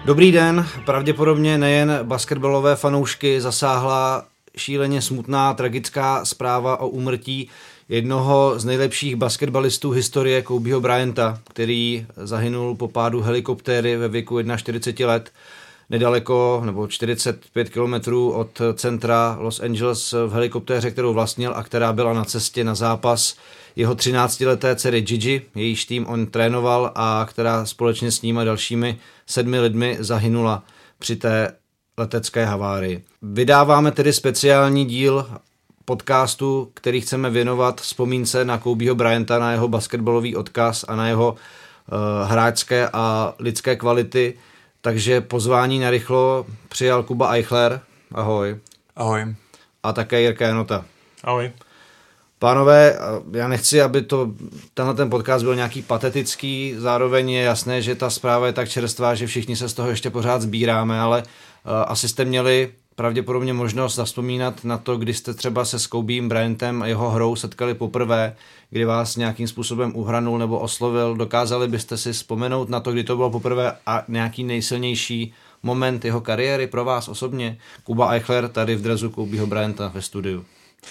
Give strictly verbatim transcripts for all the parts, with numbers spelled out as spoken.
Dobrý den, pravděpodobně nejen basketbalové fanoušky zasáhla šíleně smutná, tragická zpráva o úmrtí jednoho z nejlepších basketbalistů historie Kobeho Bryanta, který zahynul po pádu helikoptéry ve věku čtyřicet jedna let nedaleko nebo čtyřicet pět kilometrů od centra Los Angeles v helikoptéře, kterou vlastnil a která byla na cestě na zápas jeho třináctileté dcery Gigi, jejíž tým on trénoval a která společně s ním a dalšími sedmi lidmi zahynula při té letecké havárii. Vydáváme tedy speciální díl podcastu, který chceme věnovat vzpomínce na Kobeho Bryanta, na jeho basketbalový odkaz a na jeho uh, hráčské a lidské kvality. Takže pozvání narychlo přijal Kuba Eichler. Ahoj. Ahoj. A také Jirka Janota. Ahoj. Pánové, já nechci, aby to, tenhle ten podcast byl nějaký patetický, zároveň je jasné, že ta zpráva je tak čerstvá, že všichni se z toho ještě pořád sbíráme, ale uh, asi jste měli pravděpodobně možnost zavzpomínat na to, kdy jste třeba se s Kobem Bryantem a jeho hrou setkali poprvé, kdy vás nějakým způsobem uhranul nebo oslovil. Dokázali byste si vzpomenout na to, kdy to bylo poprvé a nějaký nejsilnější moment jeho kariéry pro vás osobně? Kuba Eichler tady v dresu Kobeho Bryanta ve studiu.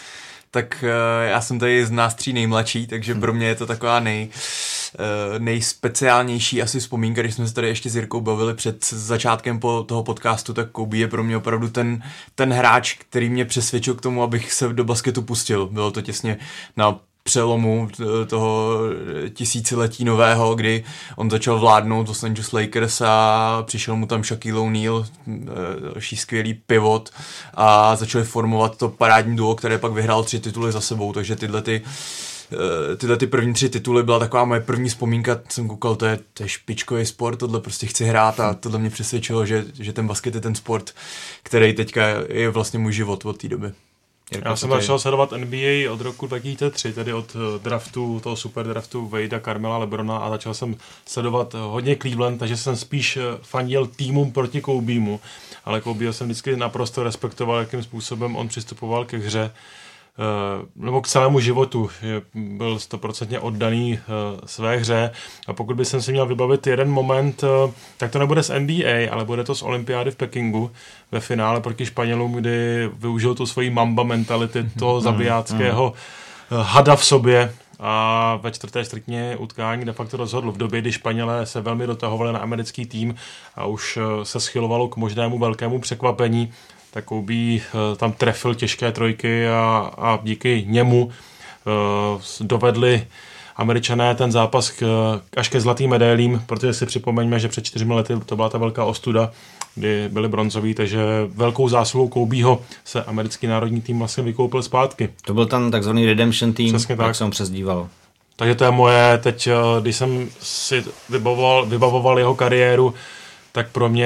Tak já jsem tady z nás tří nejmladší, takže pro mě je to taková nej, nejspeciálnější asi vzpomínka, když jsme se tady ještě s Jirkou bavili před začátkem po toho podcastu, tak Kobe je pro mě opravdu ten, ten hráč, který mě přesvědčil k tomu, abych se do basketu pustil. Bylo to těsně na přelomu toho tisíciletí nového, kdy on začal vládnout Los Angeles Lakers a přišel mu tam Shaquille O'Neal, další skvělý pivot a začali formovat to parádní duo, které pak vyhrál tři tituly za sebou, takže tyhle ty tyhle ty první tři tituly byla taková moje první vzpomínka, jsem koukal, to je, to je špičkový sport, tohle prostě chci hrát a tohle mě přesvědčilo, že, že ten basket je ten sport, který teďka je vlastně můj život od té doby. Jirka, já jsem začal sledovat N B A od roku dva tisíce tři, tedy od draftu, toho super draftu Wadea, Carmela, LeBrona a začal jsem sledovat hodně Cleveland, takže jsem spíš fandil týmům proti Kobemu, ale Kobeho jsem vždycky naprosto respektoval, jakým způsobem on přistupoval ke hře, nebo k celému životu, že byl stoprocentně oddaný své hře a pokud bych si měl vybavit jeden moment, tak to nebude z N B A, ale bude to z olympiády v Pekingu ve finále proti Španělům, kdy využil tu svoji mamba mentality, toho zabijáckého hada v sobě a ve čtvrté čtvrtině utkání de facto rozhodl v době, kdy Španělé se velmi dotahovali na americký tým a už se schylovalo k možnému velkému překvapení, tak Kobe tam trefil těžké trojky a, a díky němu uh, dovedli Američané ten zápas k, až ke zlatým medailím, protože si připomeňme, že před čtyřmi lety to byla ta velká ostuda, kdy byli bronzoví, takže velkou zásluhou Kobeho se americký národní tým vlastně vykoupil zpátky. To byl tam takzvaný redemption tým, přesně tak, jak se mu přezdíval. Takže to je moje, teď, když jsem si vybavoval, vybavoval jeho kariéru, tak pro mě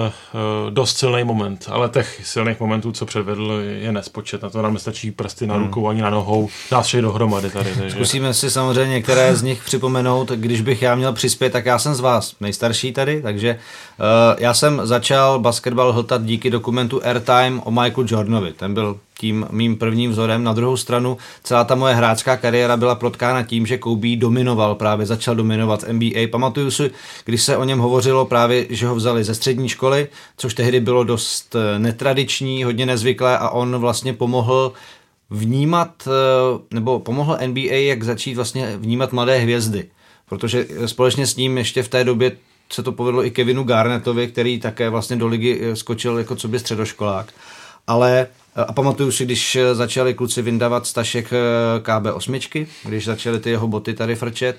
uh, dost silný moment, ale těch silných momentů, co předvedl, je nespočet. Na to nám nestačí prsty na rukou ani na nohou, nás všech dohromady tady. Takže. Zkusíme si samozřejmě některé z nich připomenout. Když bych já měl přispět, tak já jsem z vás nejstarší tady, takže uh, já jsem začal basketbal hltat díky dokumentu Airtime o Michaelu Jordanovi. Ten byl tím mým prvním vzorem. Na druhou stranu celá ta moje hráčská kariéra byla protkána tím, že Kobe dominoval, právě začal dominovat N B A. Pamatuju si, když se o něm hovořilo právě, že ho vzali ze střední školy, což tehdy bylo dost netradiční, hodně nezvyklé a on vlastně pomohl vnímat, nebo pomohl N B A, jak začít vlastně vnímat mladé hvězdy. Protože společně s ním ještě v té době se to povedlo i Kevinu Garnettovi, který také vlastně do ligy skočil jako co by středoškolák. Ale a pamatuju si, když začali kluci vyndávat stašek K B osm, když začaly ty jeho boty tady frčet.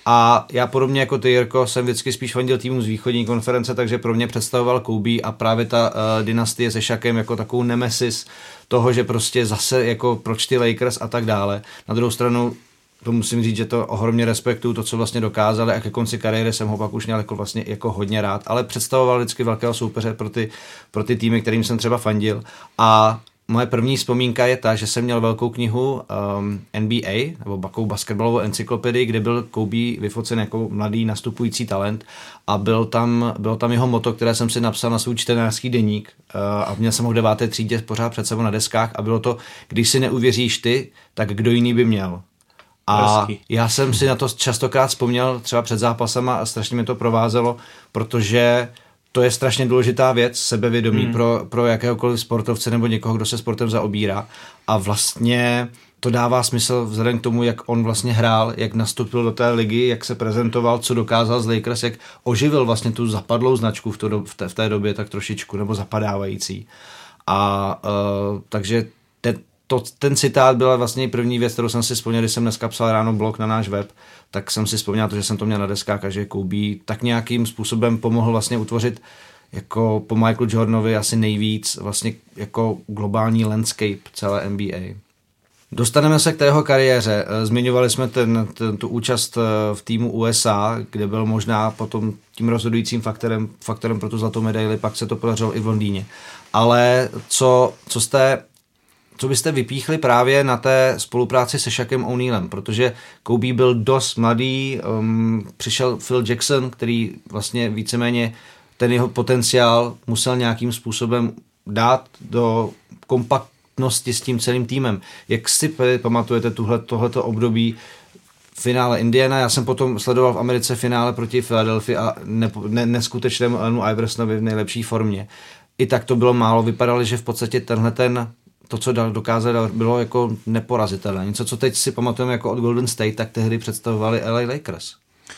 A já podobně jako ty, Jirko, jsem vždycky spíš fandil týmu z východní konference, takže pro mě představoval Kobe a právě ta uh, dynastie se Shaquem jako takovou nemesis toho, že prostě zase jako proč ty Lakers a tak dále. Na druhou stranu to musím říct, že to ohromně respektuju, to, co vlastně dokázali a ke konci kariéry jsem ho pak už měl jako vlastně jako hodně rád, ale představoval vždycky velkého soupeře pro ty, pro ty týmy, kterým jsem třeba fandil. A moje první vzpomínka je ta, že jsem měl velkou knihu um, N B A, nebo takovou basketbalovou encyklopedii, kde byl Kobe vyfocen jako mladý nastupující talent a byl tam, bylo tam jeho motto, které jsem si napsal na svůj čtenářský deník uh, a měl jsem ho v deváté třídě pořád před sebou na deskách a bylo to, když si neuvěříš ty, tak kdo jiný by měl. A Hezky. Já jsem si na to častokrát vzpomněl třeba před zápasama a strašně mi to provázelo, protože to je strašně důležitá věc, sebevědomí hmm. pro, pro jakéhokoliv sportovce nebo někoho, kdo se sportem zaobírá. A vlastně to dává smysl vzhledem k tomu, jak on vlastně hrál, jak nastoupil do té ligy, jak se prezentoval, co dokázal z Lakers, jak oživil vlastně tu zapadlou značku v, to, v, té, v té době tak trošičku, nebo zapadávající. A uh, takže te, to, ten citát byla vlastně první věc, kterou jsem si vzpomněl, když jsem dneska psal ráno blog na náš web, tak jsem si vzpomněl to, že jsem to měl na deskách a že Kobe tak nějakým způsobem pomohl vlastně utvořit jako po Michaelu Jordanovi asi nejvíc vlastně jako globální landscape celé N B A. Dostaneme se k té jeho kariéře. Zmiňovali jsme ten, ten, tu účast v týmu U S A, kde byl možná potom tím rozhodujícím faktorem, faktorem pro tu zlatou medaili, pak se to podařilo i v Londýně. Ale co, co jste... Co byste vypíchli právě na té spolupráci se Shaquem O'Nealem, protože Kobe byl dost mladý, um, přišel Phil Jackson, který vlastně víceméně ten jeho potenciál musel nějakým způsobem dát do kompaktnosti s tím celým týmem. Jak si pamatujete tuhle, tohleto období finále Indiana? Já jsem potom sledoval v Americe finále proti Philadelphii a ne, ne, neskutečnému Allenu Iversonovi v nejlepší formě. I tak to bylo málo, vypadalo, že v podstatě tenhle ten to, co dokázal, bylo jako neporazitelné. Něco, co teď si pamatujeme jako od Golden State, tak tehdy představovali L A Lakers.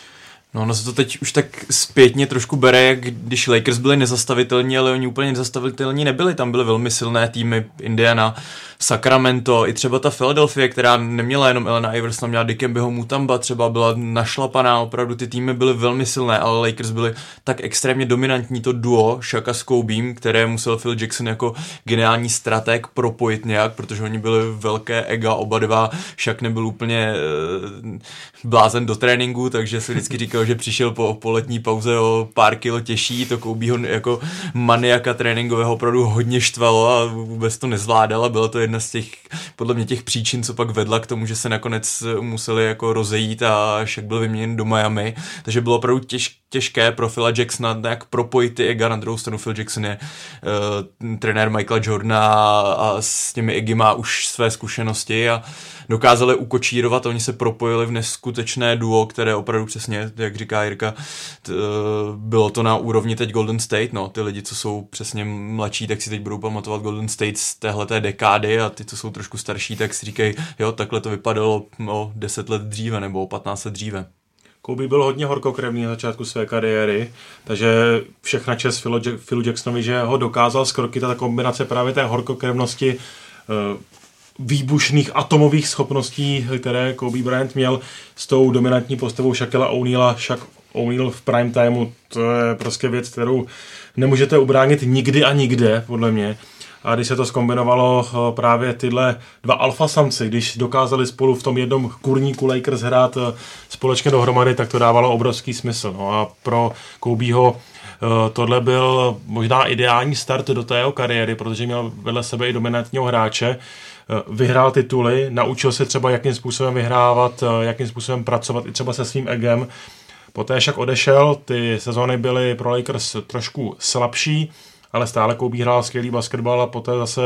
No, ono se to teď už tak zpětně trošku bere, jak když Lakers byli nezastavitelní, ale oni úplně nezastavitelní nebyli. Tam byly velmi silné týmy, Indiana, Sacramento, i třeba ta Philadelphia, která neměla jenom Allena Iversona, měla Dikembeho Mutamba, třeba byla našlapaná, opravdu ty týmy byly velmi silné, ale Lakers byly tak extrémně dominantní, to duo Shaka s Kobem, které musel Phil Jackson jako geniální strateg propojit nějak, protože oni byli velké ega, oba dva. Shaq nebyl úplně e, blázen do tréninku, takže si vždycky říkal, že přišel po, po letní pauze o pár kilo těžší, to Kobeho jako maniaka tréninkového opravdu hodně štvalo a vůbec to nezvládal a bylo to jedna z těch, podle mě těch příčin, co pak vedla k tomu, že se nakonec museli jako rozejít a Shaq byl vyměněn do Miami, takže bylo opravdu těž, těžké pro Phila Jacksona jak propojit ty ega. Na druhou stranu Phil Jackson je uh, trenér Michaela Jordana a, a s těmi egy má už své zkušenosti a dokázali ukočírovat, oni se propojili v neskutečné duo, které opravdu přesně, jak říká Jirka, t, bylo to na úrovni teď Golden State, no, ty lidi, co jsou přesně mladší, tak si teď budou pamatovat Golden State z téhleté dekády a ty, co jsou trošku starší, tak si říkají, jo, takhle to vypadalo o deset let dříve nebo o patnáct let dříve. Kobe byl hodně horkokrevný na začátku své kariéry, takže všechna čest Philu Jacksonovi, že ho dokázal skroky, ta kombinace právě té horkokrevnosti, výbušných atomových schopností, které Kobe Bryant měl s tou dominantní postavou Shaquilla O'Neala. Shaq O'Neal v prime timeu, to je prostě věc, kterou nemůžete ubránit nikdy a nikde, podle mě. A když se to zkombinovalo právě tyhle dva alfa samci, když dokázali spolu v tom jednom kurníku Lakers hrát společně dohromady, tak to dávalo obrovský smysl. No a pro Kobeho tohle byl možná ideální start do té jeho kariéry, protože měl vedle sebe i dominantního hráče, vyhrál tituly, naučil se třeba jakým způsobem vyhrávat, jakým způsobem pracovat i třeba se svým egem. Poté však odešel, ty sezóny byly pro Lakers trošku slabší, ale stále Kobe hrál skvělý basketbal a poté zase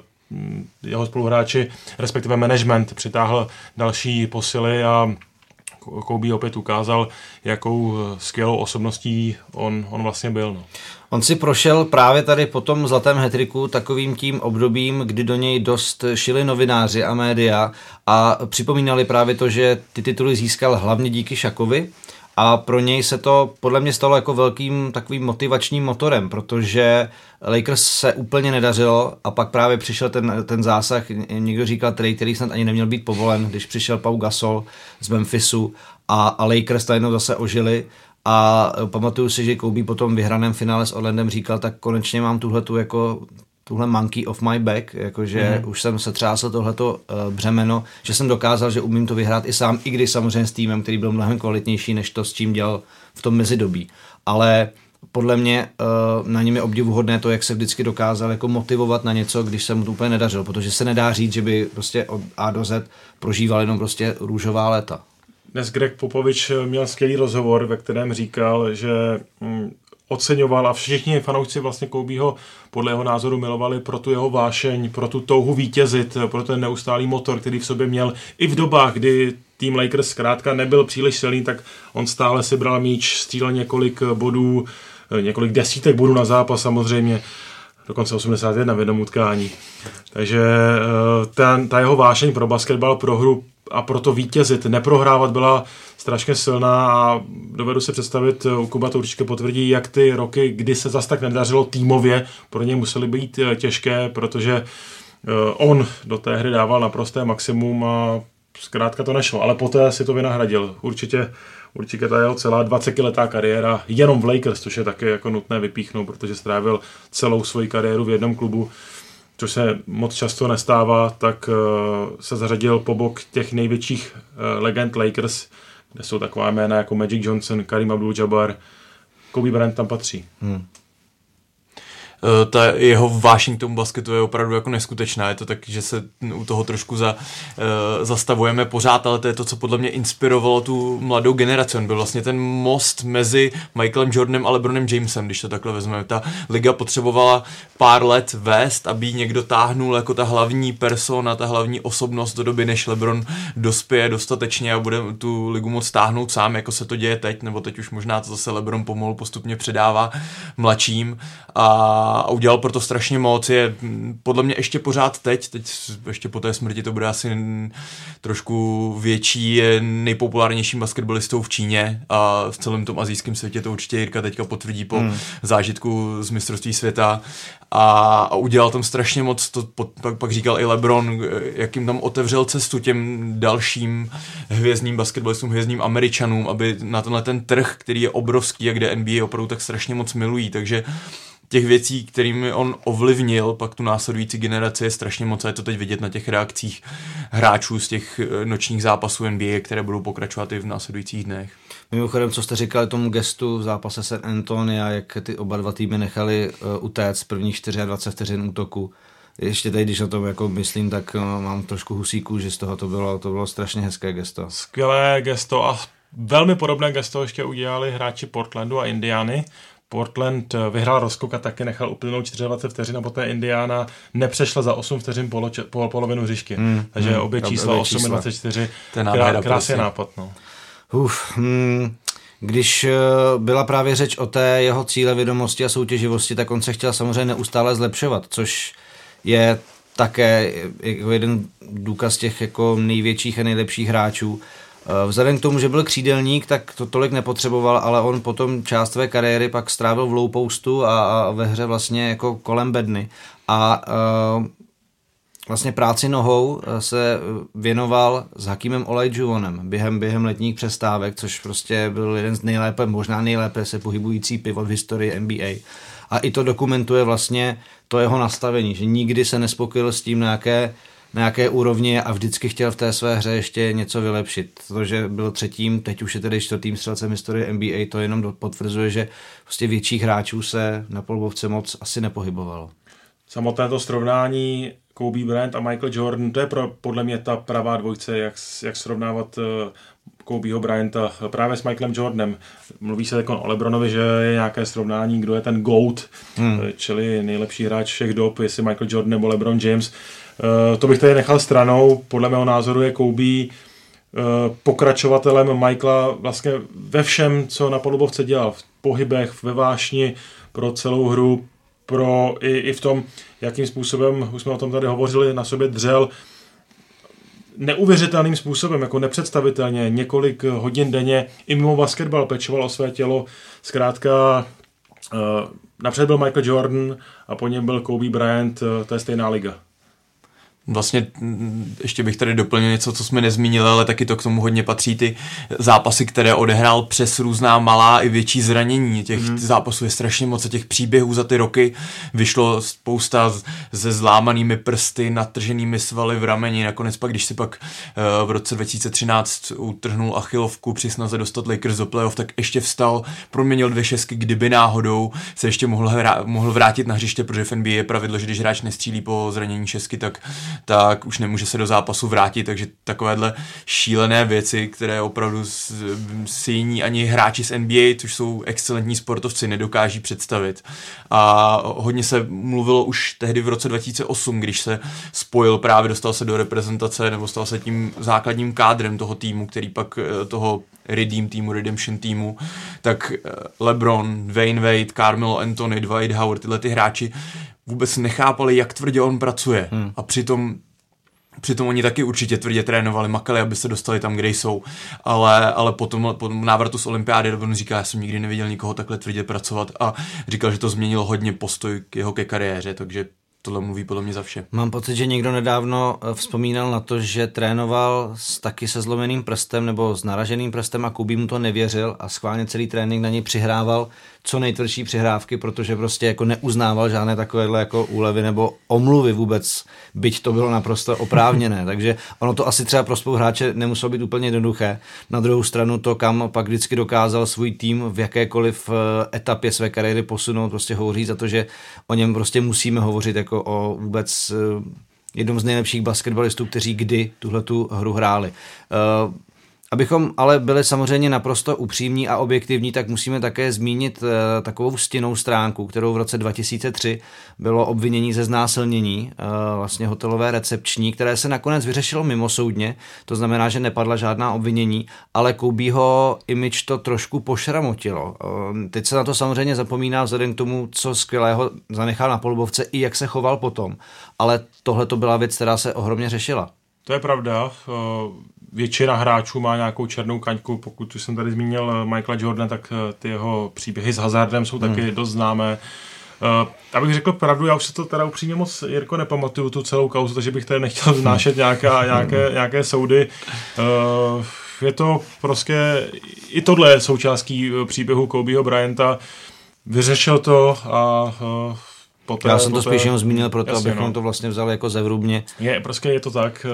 jeho spoluhráči, respektive management, přitáhl další posily a Kobe opět ukázal, jakou skvělou osobností on, on vlastně byl. No. On si prošel právě tady po tom zlatém hat-tricku takovým tím obdobím, kdy do něj dost šili novináři a média a připomínali právě to, že ty tituly získal hlavně díky Shaquovi a pro něj se to podle mě stalo jako velkým takovým motivačním motorem, protože Lakers se úplně nedařilo a pak právě přišel ten, ten zásah, někdo říkal trade, který snad ani neměl být povolen, když přišel Pau Gasol z Memphisu a, a Lakers najednou zase ožili. A pamatuju si, že Kobe po tom vyhraném finále s Orlandem říkal, tak konečně mám tuhletu jako tuhle monkey off my back, jakože mm. už jsem se třásl tohleto uh, břemeno, že jsem dokázal, že umím to vyhrát i sám, i když samozřejmě s týmem, který byl mnohem kvalitnější, než to, s čím dělal v tom mezidobí. Ale podle mě uh, na něm je obdivuhodné to, jak se vždycky dokázal jako motivovat na něco, když se mu to úplně nedařilo, protože se nedá říct, že by prostě od A do Z prožíval jenom prostě růžová léta. Dnes Greg Popovič měl skvělý rozhovor, ve kterém říkal, že mm, oceňoval a všichni fanoušci vlastně Kobeho podle jeho názoru milovali pro tu jeho vášeň, pro tu touhu vítězit, pro ten neustálý motor, který v sobě měl i v dobách, kdy tým Lakers zkrátka nebyl příliš silný, tak on stále si bral míč, střílel několik bodů, několik desítek bodů na zápas samozřejmě, dokonce osmdesát jedna v jednom utkání. Takže ten, ta jeho vášeň pro basketbal, pro hru a proto vítězit, neprohrávat byla strašně silná a dovedu si představit, u Kuba to určitě potvrdí, jak ty roky, kdy se zas tak nedařilo týmově, pro něj musely být těžké, protože on do té hry dával naprosté maximum a zkrátka to nešlo, ale poté si to vynahradil. Určitě, určitě ta jeho celá dvacetiletá kariéra jenom v Lakers, což je také jako nutné vypíchnout, protože strávil celou svoji kariéru v jednom klubu, což se moc často nestává, tak se zařadil po bok těch největších legend Lakers, kde jsou taková jména jako Magic Johnson, Kareem Abdul-Jabbar, Kobe Bryant tam patří. Hmm. Ta jeho vášeň k tomu basketu je opravdu jako neskutečná. Je to tak, že se u toho trošku za, uh, zastavujeme pořád, ale to je to, co podle mě inspirovalo tu mladou generaci. On byl vlastně ten most mezi Michaelem Jordanem a LeBronem Jamesem, když to takhle vezmeme. Ta liga potřebovala pár let vést, aby někdo táhnul jako ta hlavní persona, ta hlavní osobnost do doby, než LeBron dospěje dostatečně a bude tu ligu moc táhnout sám, jako se to děje teď, nebo teď už možná to zase LeBron pomalu postupně předává mladším a a udělal proto strašně moc. Je podle mě ještě pořád teď, teď ještě po té smrti to bude asi trošku větší, je nejpopulárnějším basketbalistou v Číně a v celém tom asijském světě to určitě Jirka teďka potvrdí po hmm. zážitku z mistrovství světa a, a udělal tam strašně moc, to pak, pak říkal i LeBron, jak jim tam otevřel cestu těm dalším hvězdným basketbalistům, hvězdným Američanům, aby na tenhle ten trh, který je obrovský a kde N B A opravdu tak strašně moc milují, takže těch věcí, kterými on ovlivnil pak tu následující generaci, je strašně moc a je to teď vidět na těch reakcích hráčů z těch nočních zápasů N B A, které budou pokračovat i v následujících dnech. Mimochodem, co jste říkali tomu gestu v zápase San Antonia, jak ty oba dva týmy nechali uh, utéct prvních dvacet čtyři vteřin útoku. Ještě tady, když na tom jako myslím, tak uh, mám trošku husíku, že z toho to bylo, to bylo strašně hezké gesto. Skvělé gesto a velmi podobné gesto ještě udělali hráči Portlandu a Indiany. Portland vyhrál rozkok a taky nechal uplynout dvacet čtyři vteřin a poté Indiana nepřešla za osm vteřin polo, po, polovinu hřišky. Hmm, Takže hmm, obě čísla osm a dvacet čtyři, krá, krásně nápad. No. Uf, hmm, když byla právě řeč o té jeho cílevědomosti a soutěživosti, tak on se chtěl samozřejmě neustále zlepšovat, což je také jako jeden důkaz těch jako největších a nejlepších hráčů. Vzhledem k tomu, že byl křídelník, tak to tolik nepotřeboval, ale on potom část své kariéry pak strávil v low postu a, a ve hře vlastně jako kolem bedny. A uh, vlastně práci nohou se věnoval s Hakimem Olajuwonem během, během letních přestávek, což prostě byl jeden z nejlépe, možná nejlépe se pohybující pivot v historii N B A. A i to dokumentuje vlastně to jeho nastavení, že nikdy se nespokojil s tím, na jaké na jaké úrovni a vždycky chtěl v té své hře ještě něco vylepšit. To, že byl třetím, teď už je tedy čtvrtým střelcem historie N B A, to jenom potvrzuje, že prostě větších hráčů se na polubovce moc asi nepohybovalo. Samotné to srovnání Kobe Bryant a Michael Jordan, to je pro, podle mě ta pravá dvojce, jak, jak srovnávat uh, Kobeho Bryanta právě s Michaelem Jordanem. Mluví se jako o LeBronovi, že je nějaké srovnání, kdo je ten GOAT, hmm. čili nejlepší hráč všech dob, jestli Michael Jordan nebo LeBron James. Uh, to bych tady nechal stranou. Podle mého názoru je Kobe uh, pokračovatelem Michaela vlastně ve všem, co na polubovce dělal. V pohybech, ve vášni pro celou hru, pro i, i v tom, jakým způsobem, už jsme o tom tady hovořili, na sobě dřel neuvěřitelným způsobem, jako nepředstavitelně, několik hodin denně, i mimo basketbal pečoval o své tělo. Zkrátka uh, napřed byl Michael Jordan a po něm byl Kobe Bryant, uh, to je stejná liga. Vlastně ještě bych tady doplnil něco, co jsme nezmínili, ale taky to k tomu hodně patří ty zápasy, které odehrál přes různá malá i větší zranění. Těch mm. zápasů je strašně moc a těch příběhů za ty roky vyšlo spousta se zlámanými prsty, natrženými svaly v rameni. Nakonec pak, když si pak v roce dva tisíce třináct utrhnul achilovku při snaze dostat Lakers do playoff, tak ještě vstal, proměnil dvě šestky, kdyby náhodou se ještě mohl, hrá, mohl vrátit na hřiště, protože v N B A je pravidlo, že když hráč nestřílí po zranění šestky, tak tak už nemůže se do zápasu vrátit, takže takovéhle šílené věci, které opravdu si jiní ani hráči z N B A, což jsou excelentní sportovci, nedokáží představit. A hodně se mluvilo už tehdy v roce dva tisíce osm, když se spojil právě, dostal se do reprezentace nebo stal se tím základním kádrem toho týmu, který pak toho Redeem týmu, Redemption týmu, tak LeBron, Dwayne Wade, Carmelo Anthony, Dwight Howard, tyhle ty hráči vůbec nechápali, jak tvrdě on pracuje. Hmm. A přitom Přitom oni taky určitě tvrdě trénovali, makali, aby se dostali tam, kde jsou, ale, ale potom po návratu z olympiády on říká, já jsem nikdy neviděl nikoho takhle tvrdě pracovat a říkal, že to změnilo hodně postoj k jeho ke kariéře, takže tohle mluví podle mě za vše. Mám pocit, že někdo nedávno vzpomínal na to, že trénoval s, taky se zlomeným prstem nebo s naraženým prstem a Kobe mu to nevěřil a schválně celý trénink na něj přihrával co nejtvrdší přihrávky, protože prostě jako neuznával žádné takovéhle jako úlevy nebo omluvy vůbec, byť to bylo naprosto oprávněné. Takže ono to asi třeba pro spolu hráče nemuselo být úplně jednoduché. Na druhou stranu to, kam pak vždycky dokázal svůj tým v jakékoliv etapě své kariéry posunout, prostě hovoří za to, že o něm prostě musíme hovořit jako o vůbec jednom z nejlepších basketbalistů, kteří kdy tuhletu hru hráli. Uh, Abychom ale byli samozřejmě naprosto upřímní a objektivní, tak musíme také zmínit uh, takovou stinnou stránku, kterou v roce dva tisíce tři bylo obvinění ze znásilnění, uh, vlastně hotelové recepční, které se nakonec vyřešilo mimosoudně, to znamená, že nepadla žádná obvinění, ale Kobeho image to trošku pošramotilo. Uh, teď se na to samozřejmě zapomíná vzhledem k tomu, co skvělého zanechal na polubovce i jak se choval potom, ale tohle to byla věc, která se ohromně řešila. To je pravda. Většina hráčů má nějakou černou kaňku. Pokud už jsem tady zmínil Michaela Jordana, tak ty jeho příběhy s hazardem jsou taky hmm. dost známé. Abych řekl pravdu, já už se to teda upřímně moc, Jirko, nepamatuju tu celou kauzu, takže bych tady nechtěl vznášet nějaké, nějaké, nějaké soudy. Je to prostě, i tohle je součástí příběhu Kobeho Bryanta. Vyřešil to a poté, já jsem to poté, spíš jenom zmínil proto, jasně, abychom no. to vlastně vzali jako zevrubně. Je, prostě je to tak.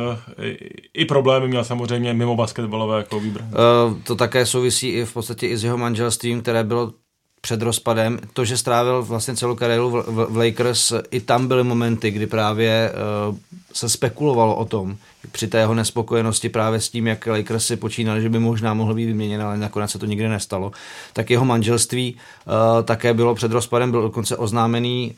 I problémy měl samozřejmě mimo basketbalové Kobe Bryant. Uh, to také souvisí i v podstatě i s jeho manželstvím, které bylo před rozpadem. To, že strávil vlastně celou kariéru v, v, v Lakers, i tam byly momenty, kdy právě uh, se spekulovalo o tom, při té jeho nespokojenosti právě s tím, jak Lakers si počínali, že by možná mohl být vyměněn, ale nakonec se to nikdy nestalo. Tak jeho manželství uh, také bylo před rozpadem, byl dokonce oznámený,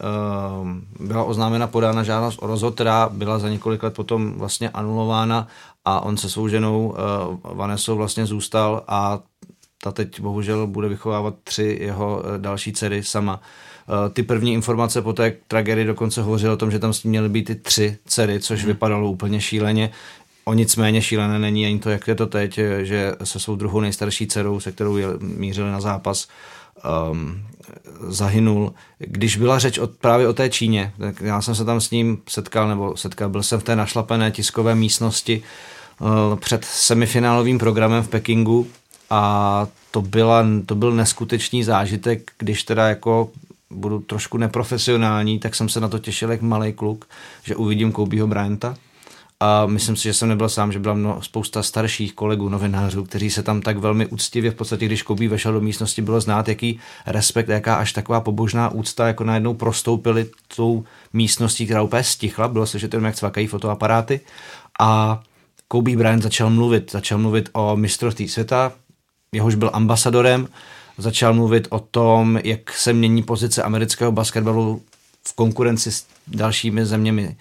uh, byla oznámena podána žádost o rozvod, která byla za několik let potom vlastně anulována a on se svou ženou uh, Vanessou vlastně zůstal a ta teď bohužel bude vychovávat tři jeho další dcery sama. Ty první informace po té tragédii dokonce hovořily o tom, že tam s tím měly být i tři dcery, což hmm. vypadalo úplně šíleně. O nic méně šílené není ani to, jak je to teď, že se svou druhou nejstarší dcerou, se kterou mířili na zápas, um, zahynul. Když byla řeč o, právě o té Číně, tak já jsem se tam s ním setkal, nebo setkal, byl jsem v té našlapené tiskové místnosti uh, před semifinálovým programem v Pekingu, a to, byla, to byl neskutečný zážitek, když teda jako budu trošku neprofesionální, tak jsem se na to těšil jak malej kluk, že uvidím Kobeho Bryanta. A myslím si, že jsem nebyl sám, že byla mno, spousta starších kolegů, novinářů, kteří se tam tak velmi úctivě, v podstatě, když Kobe vešel do místnosti, bylo znát, jaký respekt, jaká až taková pobožná úcta, jako najednou prostoupili tou místností, která úplně stichla, bylo slyšet jenom, jak cvakají fotoaparáty. A Kobe Bryant začal mluvit, začal mluvit o mistrovství světa, jehož byl ambasadorem, začal mluvit o tom, jak se mění pozice amerického basketbalu v konkurenci s dalšími zeměmi.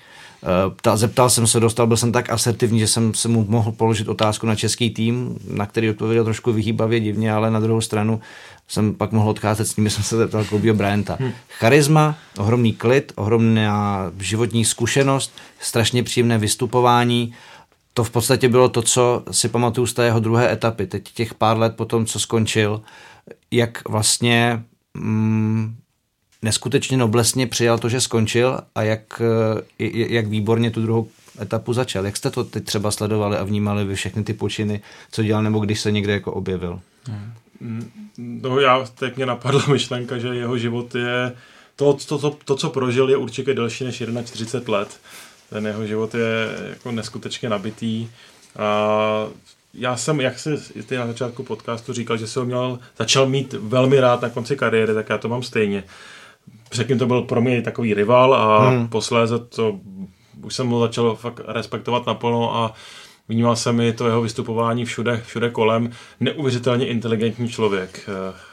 Zeptal jsem se, dostal, byl jsem tak asertivní, že jsem se mu mohl položit otázku na český tým, na který odpověděl trošku vyhýbavě divně, ale na druhou stranu jsem pak mohl odcházet s ním, jsem se zeptal Kobeho Bryanta. Hmm. Charisma, ohromný klid, ohromná životní zkušenost, strašně příjemné vystupování. To v podstatě bylo to, co si pamatuju z té jeho druhé etapy. Teď těch pár let po tom, co skončil, jak vlastně mm, neskutečně noblesně přijal to, že skončil a jak, jak výborně tu druhou etapu začal. Jak jste to teď třeba sledovali a vnímali vy všechny ty počiny, co dělal, nebo když se někde jako objevil? No já, teď mě napadla myšlenka, že jeho život je, to, to, to, to co prožil, je určitě delší než čtyřicet jedna let. Ten jeho život je jako neskutečně nabitý. A já jsem, jak jsi ty na začátku podcastu říkal, že se ho měl, začal mít velmi rád na konci kariéry, tak já to mám stejně. Předtím to byl pro mě takový rival a hmm. posléze to už jsem ho začal fakt respektovat naplno a vnímal jsem i to jeho vystupování všude, všude kolem. Neuvěřitelně inteligentní člověk.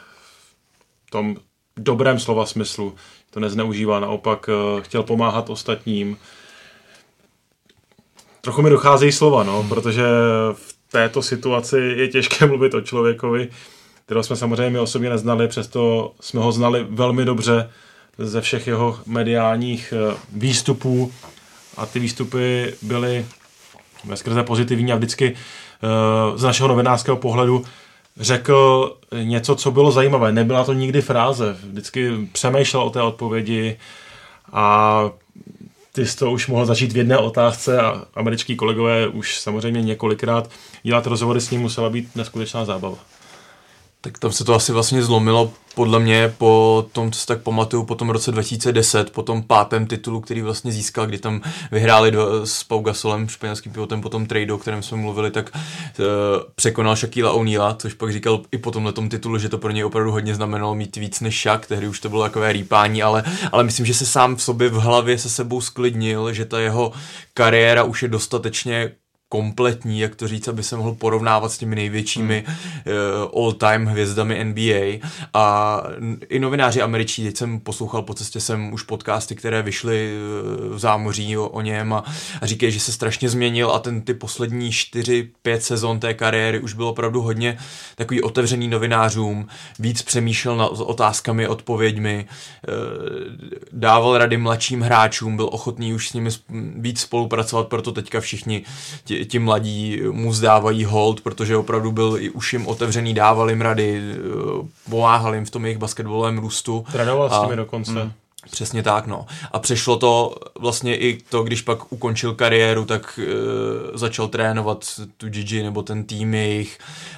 V tom dobrém slova smyslu. To nezneužívá, naopak chtěl pomáhat ostatním. Trochu mi docházejí slova, no, protože v této situaci je těžké mluvit o člověkovi, kterého jsme samozřejmě osobně neznali, přesto jsme ho znali velmi dobře ze všech jeho mediálních výstupů a ty výstupy byly veskrze pozitivní a vždycky z našeho novinářského pohledu řekl něco, co bylo zajímavé. Nebyla to nikdy fráze, vždycky přemýšlel o té odpovědi a ty jsi to už mohl začít v jedné otázce a američtí kolegové už samozřejmě několikrát dělat rozhovory s ním musela být neskutečná zábava. Tak tam se to asi vlastně zlomilo podle mě po tom, co si tak pamatuju, po tom roce dva tisíce deset, po tom pátém titulu, který vlastně získal, kdy tam vyhráli dva, s Pau Gasolem, španělským pilotem, po tom tradu, o kterém jsme mluvili, tak uh, překonal Shaquilla O'Neala, což pak říkal i po tomhletom titulu, že to pro něj opravdu hodně znamenalo mít víc než Shaq, tehdy už to bylo takové rýpání, ale, ale myslím, že se sám v sobě v hlavě se sebou sklidnil, že ta jeho kariéra už je dostatečně kompletní, jak to říct, aby se mohl porovnávat s těmi největřími hmm. uh, all-time hvězdami N B A. A i novináři američtí, teď jsem poslouchal po cestě sem už podcasty, které vyšly v zámoří o, o něm a, a říkají, že se strašně změnil a ten ty poslední čtyři, pět sezon té kariéry už byl opravdu hodně takový otevřený novinářům, víc přemýšlel nad otázkami, odpověďmi, uh, dával rady mladším hráčům, byl ochotný už s nimi víc spolupracovat, proto teďka všichni ti, ti mladí mu zdávají hold, protože opravdu byl i už jim otevřený, dával jim rady, pomáhal jim v tom jejich basketbalovém růstu. Trénoval s nimi dokonce. Mm, přesně tak, no. A přešlo to vlastně i to, když pak ukončil kariéru, tak e, začal trénovat tu Gigi nebo ten tým jejich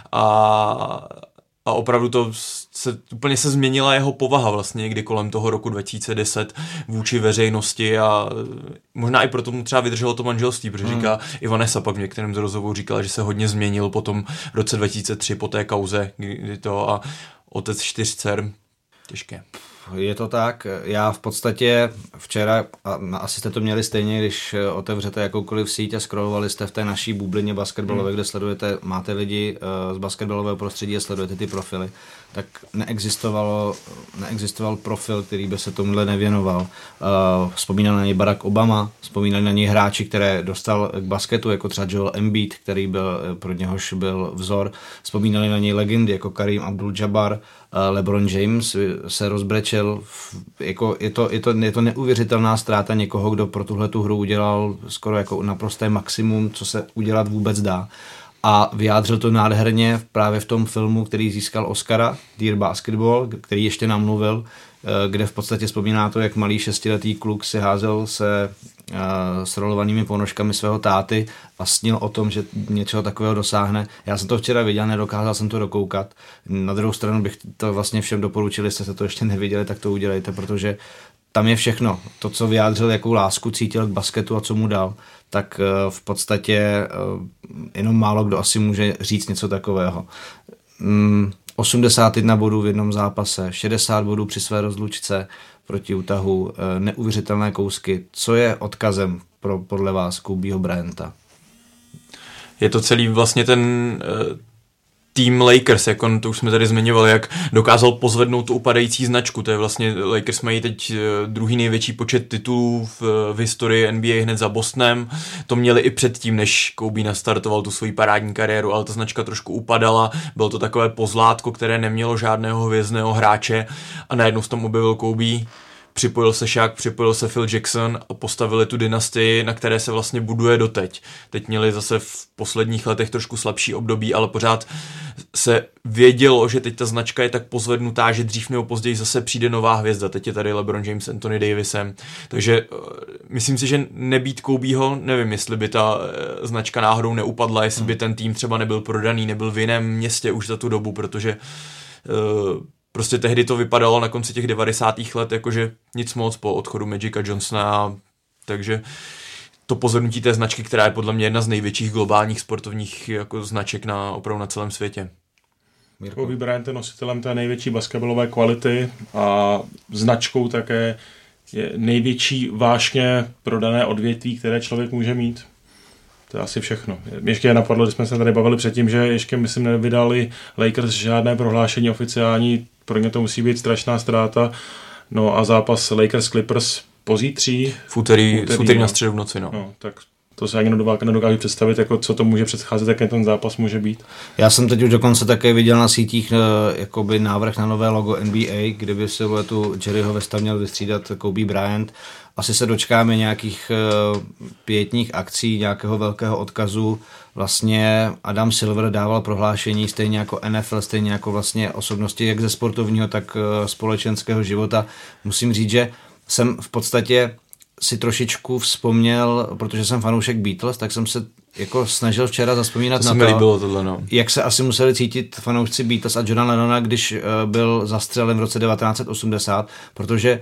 a A opravdu to se, úplně se změnila jeho povaha vlastně někdy kolem toho roku dva tisíce deset vůči veřejnosti a možná i proto mu třeba vydrželo to manželství, protože hmm. říká, i Vanessa pak v některém z rozhovorů říkala, že se hodně změnil po tom roce dva tisíce tři, po té kauze, kdy to a otec čtyř dcer, těžké. Je to tak, já v podstatě včera, a asi jste to měli stejně, když otevřete jakoukoliv síť a scrollovali jste v té naší bublině basketbalové, hmm. kde sledujete, máte lidi z basketbalového prostředí a sledujete ty profily, tak neexistovalo, neexistoval profil, který by se tomuhle nevěnoval. Vzpomínal na něj Barack Obama, vzpomínali na něj hráči, které dostal k basketu, jako třeba Joel Embiid, který byl, pro něhož byl vzor. Vzpomínali na něj legendy, jako Kareem Abdul-Jabbar, LeBron James se rozbrečel, jako je, to, je, to, je to neuvěřitelná ztráta někoho, kdo pro tuhletu hru udělal skoro jako naprosté maximum, co se udělat vůbec dá. A vyjádřil to nádherně právě v tom filmu, který získal Oscara, Dear Basketball, který ještě namluvil, kde v podstatě vzpomíná to, jak malý šestiletý kluk si házel se uh, s rolovanými ponožkami svého táty a snil o tom, že něčeho takového dosáhne. Já jsem to včera viděl, nedokázal jsem to dokoukat. Na druhou stranu bych to vlastně všem doporučil, jestli jste to ještě neviděli, tak to udělejte, protože tam je všechno. To, co vyjádřil, jakou lásku cítil k basketu a co mu dal, tak uh, v podstatě uh, jenom málo kdo asi může říct něco takového. Mm, osmdesát jedna bodů v jednom zápase, šedesát bodů při své rozlučce proti Utahu, neuvěřitelné kousky. Co je odkazem pro, podle vás Kobeho Bryanta? Je to celý vlastně ten uh, tým Lakers, jak on, to už jsme tady zmiňovali, jak dokázal pozvednout tu upadající značku. To je vlastně, Lakers mají teď uh, druhý největší počet titulů v, v historii N B A hned za Bostonem. To měli i předtím, než Kobe nastartoval tu svoji parádní kariéru, ale ta značka trošku upadala. Bylo to takové pozlátko, které nemělo žádného hvězdného hráče a najednou se tam objevil Kobe. Připojil se Shaq, připojil se Phil Jackson a postavili tu dynastii, na které se vlastně buduje doteď. Teď měli zase v posledních letech trošku slabší období, ale pořád se vědělo, že teď ta značka je tak pozvednutá, že dřív nebo později zase přijde nová hvězda. Teď je tady LeBron James, Anthony Davisem. Takže uh, myslím si, že nebýt Kobeho, nevím, jestli by ta uh, značka náhodou neupadla, jestli hmm. by ten tým třeba nebyl prodaný, nebyl v jiném městě už za tu dobu, protože uh, prostě tehdy to vypadalo na konci těch devadesátých let, jakože nic moc po odchodu Magica Johnsona, takže to pozornutí té značky, která je podle mě jedna z největších globálních sportovních jako značek na, opravdu na celém světě. Kobe Bryant je nositelem té největší basketbalové kvality a značkou také je největší vášně prodané odvětví, které člověk může mít. To je asi všechno. Ještě je napadlo, když jsme se tady bavili předtím, že ještě myslím nevydali Lakers žádné prohlášení oficiální, pro ně to musí být strašná ztráta. No a zápas Lakers Clippers pozítří. V úterý, v úterý na středu v noci, no. no. Tak to se ani nedokážu představit, jako co to může předcházet, jaký ten zápas může být. Já jsem teď už dokonce také viděl na sítích jakoby návrh na nové logo N B A, kde by siluetu Jerryho Westa měl vystřídat Kobe Bryant. Asi se dočkáme nějakých pětních akcí, nějakého velkého odkazu. Vlastně Adam Silver dával prohlášení stejně jako N F L, stejně jako vlastně osobnosti jak ze sportovního, tak společenského života. Musím říct, že jsem v podstatě si trošičku vzpomněl, protože jsem fanoušek Beatles, tak jsem se jako snažil včera zazpomínat to na to, líbilo tohle, no. jak se asi museli cítit fanoušci Beatles a Johna Lennona, když byl zastřelen v roce devatenáct set osmdesát, protože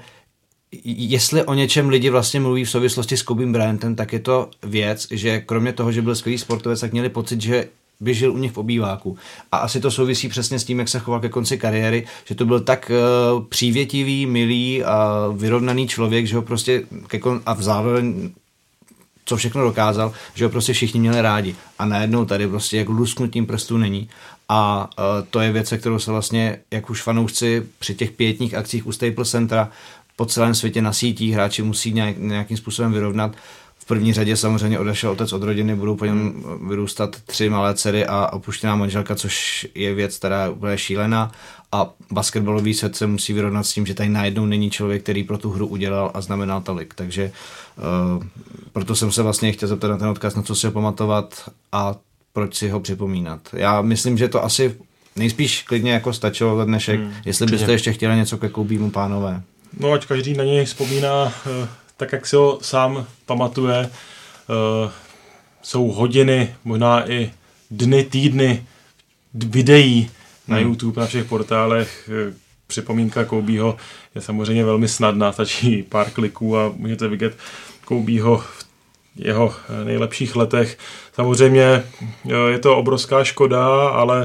jestli o něčem lidi vlastně mluví v souvislosti s Kobe Bryantem, tak je to věc, že kromě toho, že byl skvělý sportovec, tak měli pocit, že by žil u nich v obýváku. A asi to souvisí přesně s tím, jak se choval ke konci kariéry, že to byl tak uh, přívětivý, milý a vyrovnaný člověk, že ho prostě ke kon- a zároveň co všechno dokázal, že ho prostě všichni měli rádi. A najednou tady prostě jak lusknutím prstů není. A uh, to je věc, kterou se vlastně, jak už fanoušci při těch pětních akcích u Staples Centra po celém světě na sítích hráči musí nějak, nějakým způsobem vyrovnat. V první řadě samozřejmě odešel otec od rodiny, budou po něm vyrůstat tři malé dcery a opuštěná manželka, což je věc, která je úplně šílená. A basketbalový svět se musí vyrovnat s tím, že tady najednou není člověk, který pro tu hru udělal a znamenal tolik. Takže uh, proto jsem se vlastně chtěl zeptat na ten odkaz, na co si ho pamatovat a proč si ho připomínat. Já myslím, že to asi nejspíš klidně jako stačilo za dnešek, hmm, jestli byste přijde. ještě chtěli něco ke Kobeemu, pánové. No ať každý na něj vzpomíná uh, tak, jak si ho sám pamatuje. Uh, jsou hodiny, možná i dny, týdny videí na hmm. YouTube, na všech portálech. Připomínka Kobeho je samozřejmě velmi snadná, stačí pár kliků a můžete vidět Kobeho v jeho nejlepších letech. Samozřejmě je to obrovská škoda, ale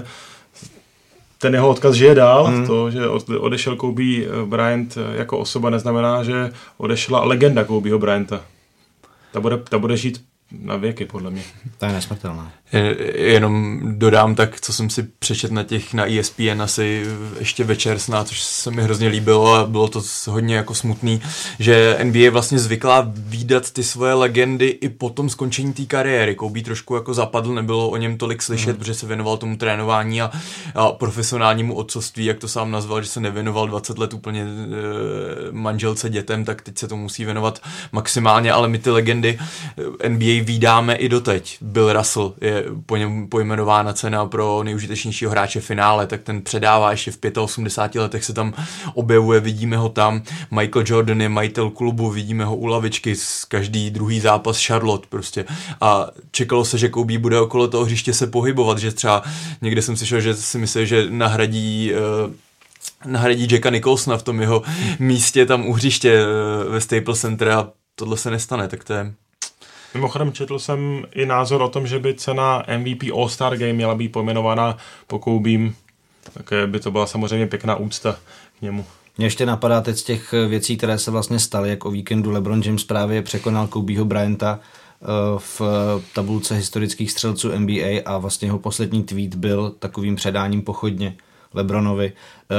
ten jeho odkaz žije dál. Hmm. To, že odešel Kobe Bryant jako osoba, neznamená, že odešla legenda Kobeho Bryanta. Ta bude, ta bude žít na věky, podle mě. To je nesmrtelné. Jenom dodám tak, co jsem si přečet na těch, na E S P N asi ještě večer snad, což se mi hrozně líbilo a bylo to hodně jako smutný, že N B A vlastně zvyklá výdat ty svoje legendy i po tom skončení té kariéry. Kobe trošku jako zapadl, nebylo o něm tolik slyšet, mm. protože se věnoval tomu trénování a, a profesionálnímu otcovství, jak to sám nazval, že se nevěnoval dvacet let úplně e, manželce, dětem, tak teď se to musí věnovat maximálně, ale my ty legendy N B A vídáme i doteď. Bill Russell je po něm pojmenována cena pro nejužitečnějšího hráče finále, tak ten předává ještě v osmdesáti pěti letech se tam objevuje, vidíme ho tam. Michael Jordan je majitel klubu, vidíme ho u lavičky z každý druhý zápas Charlotte prostě. A čekalo se, že Kobe bude okolo toho hřiště se pohybovat, že třeba někde jsem slyšel, že si myslel, že nahradí uh, nahradí Jacka Nicholsona v tom jeho místě tam u hřiště uh, ve Staples Center a tohle se nestane, tak to je. Mimochodem četl jsem i názor o tom, že by cena M V P All-Star Game měla být pojmenována po Kobeem. Tak by to byla samozřejmě pěkná úcta k němu. Mě ještě napadá teď z těch věcí, které se vlastně staly, jak o víkendu LeBron James právě překonal Kobeho Bryanta v tabulce historických střelců N B A a vlastně jeho poslední tweet byl takovým předáním pochodně LeBronovi.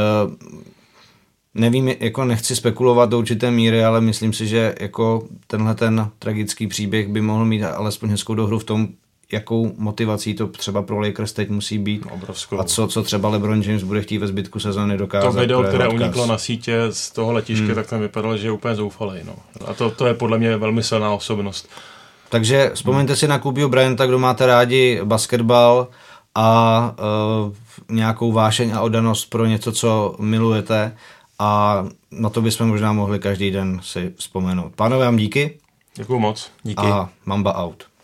Nevím, jako nechci spekulovat do určité míry, ale myslím si, že jako tenhle ten tragický příběh by mohl mít alespoň hezkou dohru v tom, jakou motivací to třeba pro Lakers teď musí být. Obrovskou. A co, co třeba LeBron James bude chtít ve zbytku sezóny dokázat. To video, které uniklo na sítě z toho letiště, hmm. tak tam vypadalo, že je úplně zoufalej. No. A to, to je podle mě velmi silná osobnost. Takže vzpomeňte hmm. si na Kobeho Bryanta, kdo máte rádi basketbal a uh, nějakou vášeň a oddanost pro něco, co milujete. A na to bychom možná mohli každý den si vzpomenout. Pánové, vám díky. Děkuju moc. Díky. A Mamba out.